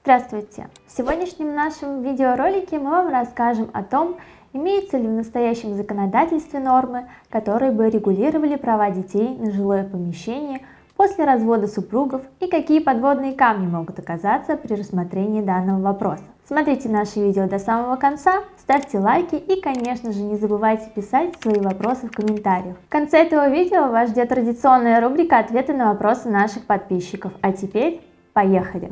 Здравствуйте! В сегодняшнем нашем видеоролике мы вам расскажем о том, имеются ли в настоящем законодательстве нормы, которые бы регулировали права детей на жилое помещение после развода супругов и какие подводные камни могут оказаться при рассмотрении данного вопроса. Смотрите наше видео до самого конца, ставьте лайки и, конечно же, не забывайте писать свои вопросы в комментариях. В конце этого видео вас ждет традиционная рубрика «Ответы на вопросы наших подписчиков». А теперь поехали!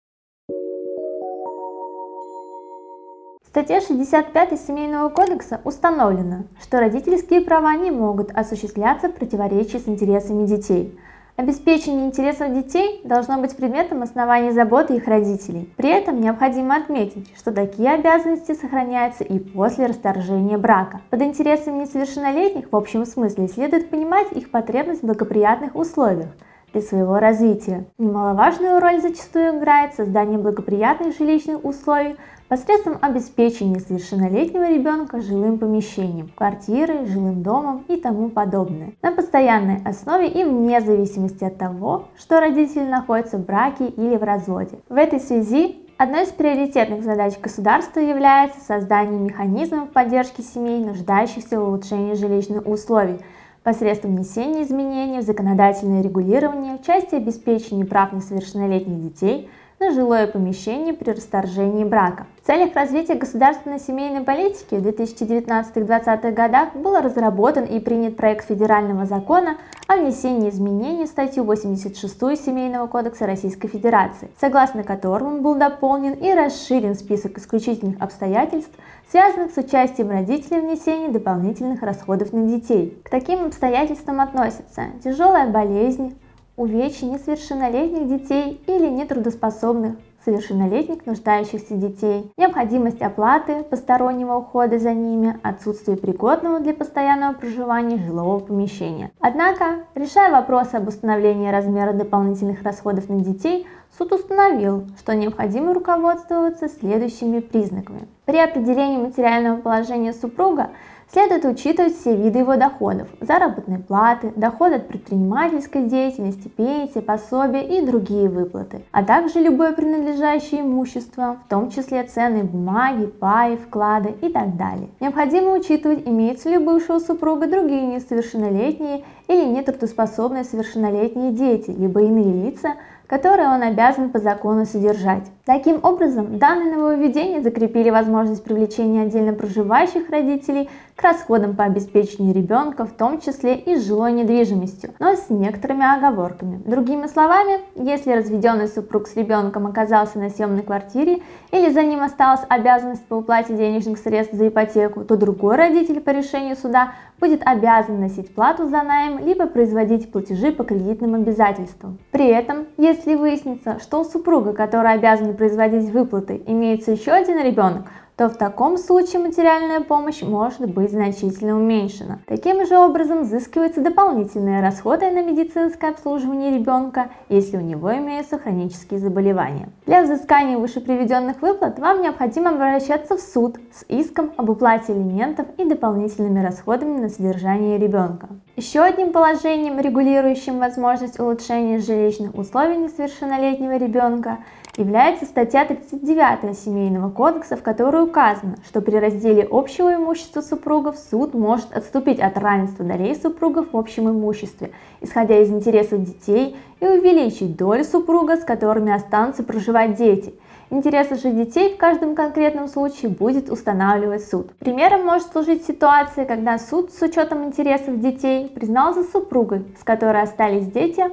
В статье 65 Семейного кодекса установлено, что родительские права не могут осуществляться в противоречии с интересами детей. Обеспечение интересов детей должно быть предметом оснований заботы их родителей. При этом необходимо отметить, что такие обязанности сохраняются и после расторжения брака. Под интересами несовершеннолетних в общем смысле следует понимать их потребность в благоприятных условиях для своего развития. Немаловажную роль зачастую играет создание благоприятных жилищных условий посредством обеспечения совершеннолетнего ребенка жилым помещением, квартирой, жилым домом и тому подобное, на постоянной основе и вне зависимости от того, что родители находятся в браке или в разводе. В этой связи одной из приоритетных задач государства является создание механизмов поддержки семей, нуждающихся в улучшении жилищных условий, посредством внесения изменений в законодательное регулирование в части обеспечения прав несовершеннолетних детей на жилое помещение при расторжении брака. В целях развития государственной семейной политики в 2019-2020 годах был разработан и принят проект федерального закона о внесении изменений в статью 86 Семейного кодекса Российской Федерации, согласно которому был дополнен и расширен список исключительных обстоятельств, связанных с участием родителей в внесении дополнительных расходов на детей. К таким обстоятельствам относятся тяжелая болезнь, увечья несовершеннолетних детей или нетрудоспособных совершеннолетних нуждающихся детей, необходимость оплаты постороннего ухода за ними, отсутствие пригодного для постоянного проживания жилого помещения. Однако, решая вопрос об установлении размера дополнительных расходов на детей, суд установил, что необходимо руководствоваться следующими признаками. При определении материального положения супруга следует учитывать все виды его доходов: заработной платы, доходы от предпринимательской деятельности, пенсии, пособия и другие выплаты, а также любое принадлежащее имущество, в том числе ценные бумаги, паи, вклады и так далее. Необходимо учитывать, имеются ли у бывшего супруга другие несовершеннолетние или нетрудоспособные совершеннолетние дети, либо иные лица, которые он обязан по закону содержать. Таким образом, данное нововведение закрепили возможность привлечения отдельно проживающих родителей к расходам по обеспечению ребенка, в том числе и с жилой недвижимостью, но с некоторыми оговорками. Другими словами, если разведенный супруг с ребенком оказался на съемной квартире или за ним осталась обязанность по уплате денежных средств за ипотеку, то другой родитель по решению суда будет обязан носить плату за найм либо производить платежи по кредитным обязательствам. При этом, если выяснится, что у супруга, который обязан производить выплаты, имеется еще один ребенок, то в таком случае материальная помощь может быть значительно уменьшена. Таким же образом взыскиваются дополнительные расходы на медицинское обслуживание ребенка, если у него имеются хронические заболевания. Для взыскания вышеприведенных выплат вам необходимо обращаться в суд с иском об уплате алиментов и дополнительными расходами на содержание ребенка. Еще одним положением, регулирующим возможность улучшения жилищных условий несовершеннолетнего ребенка, является статья 39 Семейного кодекса, в которой указано, что при разделе общего имущества супругов суд может отступить от равенства долей супругов в общем имуществе, исходя из интересов детей, и увеличить долю супруга, с которыми останутся проживать дети. Интересы же детей в каждом конкретном случае будет устанавливать суд. Примером может служить ситуация, когда суд с учетом интересов детей признал за супругой, с которой остались дети,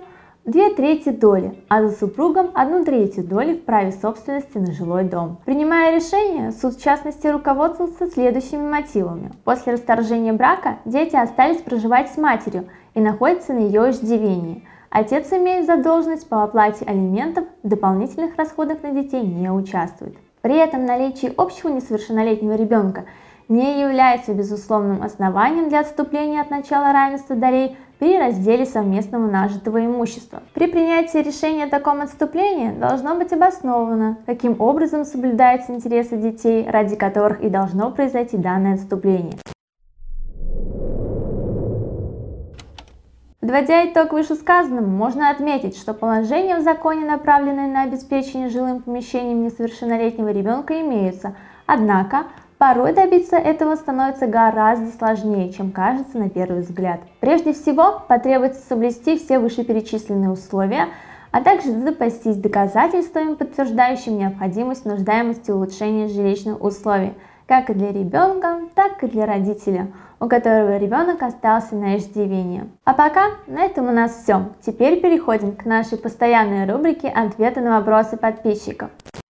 2/3 доли, а за супругом 1/3 доли в праве собственности на жилой дом. Принимая решение, суд в частности руководствовался следующими мотивами. После расторжения брака дети остались проживать с матерью и находятся на ее иждивении. Отец имеет задолженность по оплате алиментов, в дополнительных расходах на детей не участвует. При этом наличие общего несовершеннолетнего ребенка не является безусловным основанием для отступления от начала равенства долей при разделе совместного нажитого имущества. При принятии решения о таком отступлении должно быть обосновано, каким образом соблюдаются интересы детей, ради которых и должно произойти данное отступление. В Подводя итог вышесказанному, можно отметить, что положения в законе, направленные на обеспечение жилым помещением несовершеннолетнего ребенка, имеются, однако порой добиться этого становится гораздо сложнее, чем кажется на первый взгляд. Прежде всего, потребуется соблюсти все вышеперечисленные условия, а также запастись доказательствами, подтверждающими необходимость нуждаемости улучшения жилищных условий, как и для ребенка, так и для родителя, у которого ребенок остался на иждивении. А пока на этом у нас все. Теперь переходим к нашей постоянной рубрике «Ответы на вопросы подписчиков».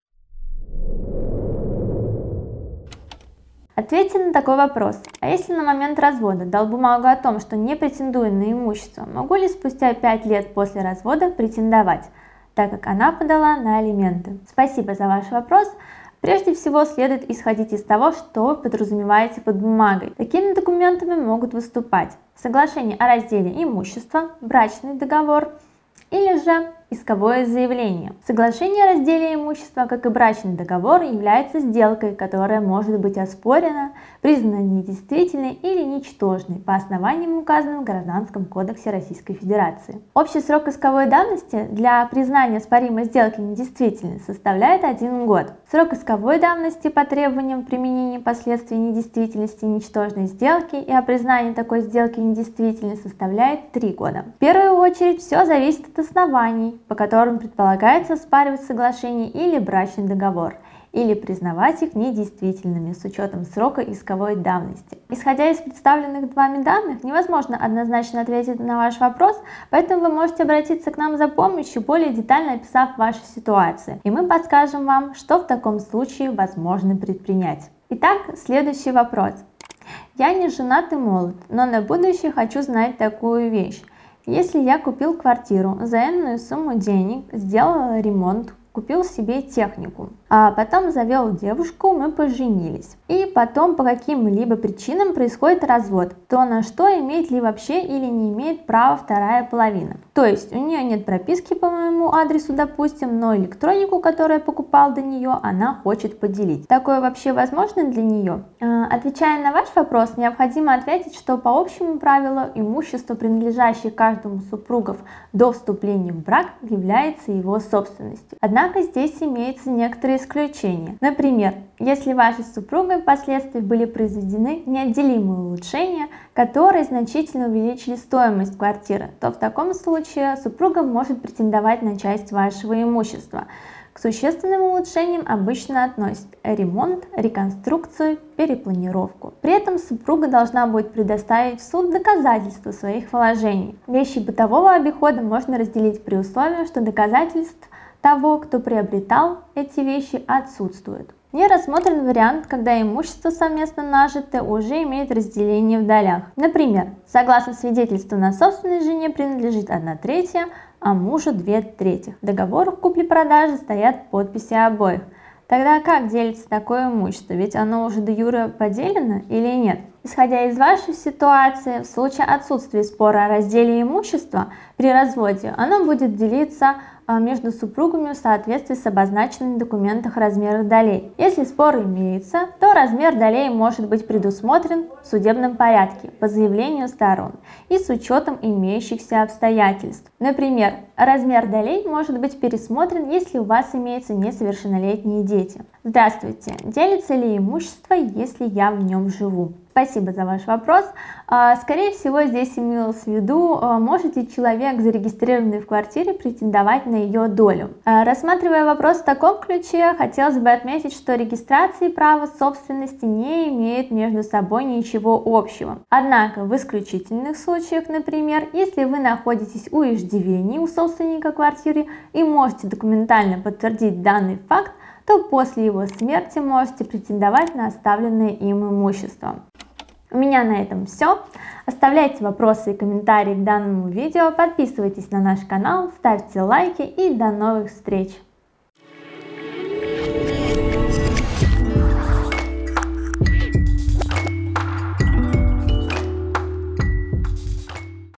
Ответьте на такой вопрос. А если на момент развода дал бумагу о том, что не претендую на имущество, могу ли спустя 5 лет после развода претендовать, так как она подала на алименты? Спасибо за ваш вопрос. Прежде всего, следует исходить из того, что вы подразумеваете под бумагой. Такими документами могут выступать соглашение о разделе имущества, брачный договор или же исковое заявление. Соглашение о разделе имущества, как и брачный договор, является сделкой, которая может быть оспорена, признана недействительной или ничтожной по основаниям, указанным в Гражданском кодексе Российской Федерации. Общий срок исковой давности для признания споримой сделки недействительной составляет 1 год. Срок исковой давности по требованиям применения последствий недействительности ничтожной сделки и о признании такой сделки недействительной составляет 3 года. В первую очередь все зависит от оснований, по которым предполагается оспаривать соглашение или брачный договор, или признавать их недействительными с учетом срока исковой давности. Исходя из представленных вами данных, невозможно однозначно ответить на ваш вопрос, поэтому вы можете обратиться к нам за помощью, более детально описав вашу ситуацию, и мы подскажем вам, что в таком случае возможно предпринять. Итак, следующий вопрос. Я не женат и молод, но на будущее хочу знать такую вещь. Если я купил квартиру за энную сумму денег, сделал ремонт, купил себе технику, а потом завел девушку, мы поженились, и потом по каким-либо причинам происходит развод, то на что имеет ли вообще или не имеет права вторая половина? То есть у нее нет прописки по моему адресу, допустим, но электронику, которую я покупал до нее, она хочет поделить. Такое вообще возможно для нее? Отвечая на ваш вопрос, необходимо ответить, что по общему правилу имущество, принадлежащее каждому супругу до вступления в брак, является его собственностью. Однако здесь имеются некоторые исключения. Например, если вашей супругой впоследствии были произведены неотделимые улучшения, которые значительно увеличили стоимость квартиры, то в таком случае супруга может претендовать на часть вашего имущества. К существенным улучшениям обычно относят ремонт, реконструкцию, перепланировку. При этом супруга должна будет предоставить в суд доказательства своих вложений. Вещи бытового обихода можно разделить при условии, что доказательств того, кто приобретал эти вещи, отсутствует. Не рассмотрен вариант, когда имущество совместно нажитое уже имеет разделение в долях. Например, согласно свидетельству на собственной жене принадлежит 1/3, а мужу 2/3. В договорах купли-продажи стоят подписи обоих. Тогда как делится такое имущество? Ведь оно уже де юре поделено или нет? Исходя из вашей ситуации, в случае отсутствия спора о разделе имущества при разводе, оно будет делиться между супругами в соответствии с обозначенными в документах размерах долей. Если спор имеется, то размер долей может быть предусмотрен в судебном порядке по заявлению сторон и с учетом имеющихся обстоятельств. Например, размер долей может быть пересмотрен, если у вас имеются несовершеннолетние дети. Здравствуйте, делится ли имущество, если я в нем живу? Спасибо за ваш вопрос. Скорее всего, здесь имелось в виду, может ли человек, зарегистрированный в квартире, претендовать на ее долю. Рассматривая вопрос в таком ключе, хотелось бы отметить, что регистрация и право собственности не имеют между собой ничего общего. Однако, в исключительных случаях, например, если вы находитесь у иждивения у собственника квартиры и можете документально подтвердить данный факт, то после его смерти можете претендовать на оставленное им имущество. У меня на этом все. Оставляйте вопросы и комментарии к данному видео, подписывайтесь на наш канал, ставьте лайки и до новых встреч!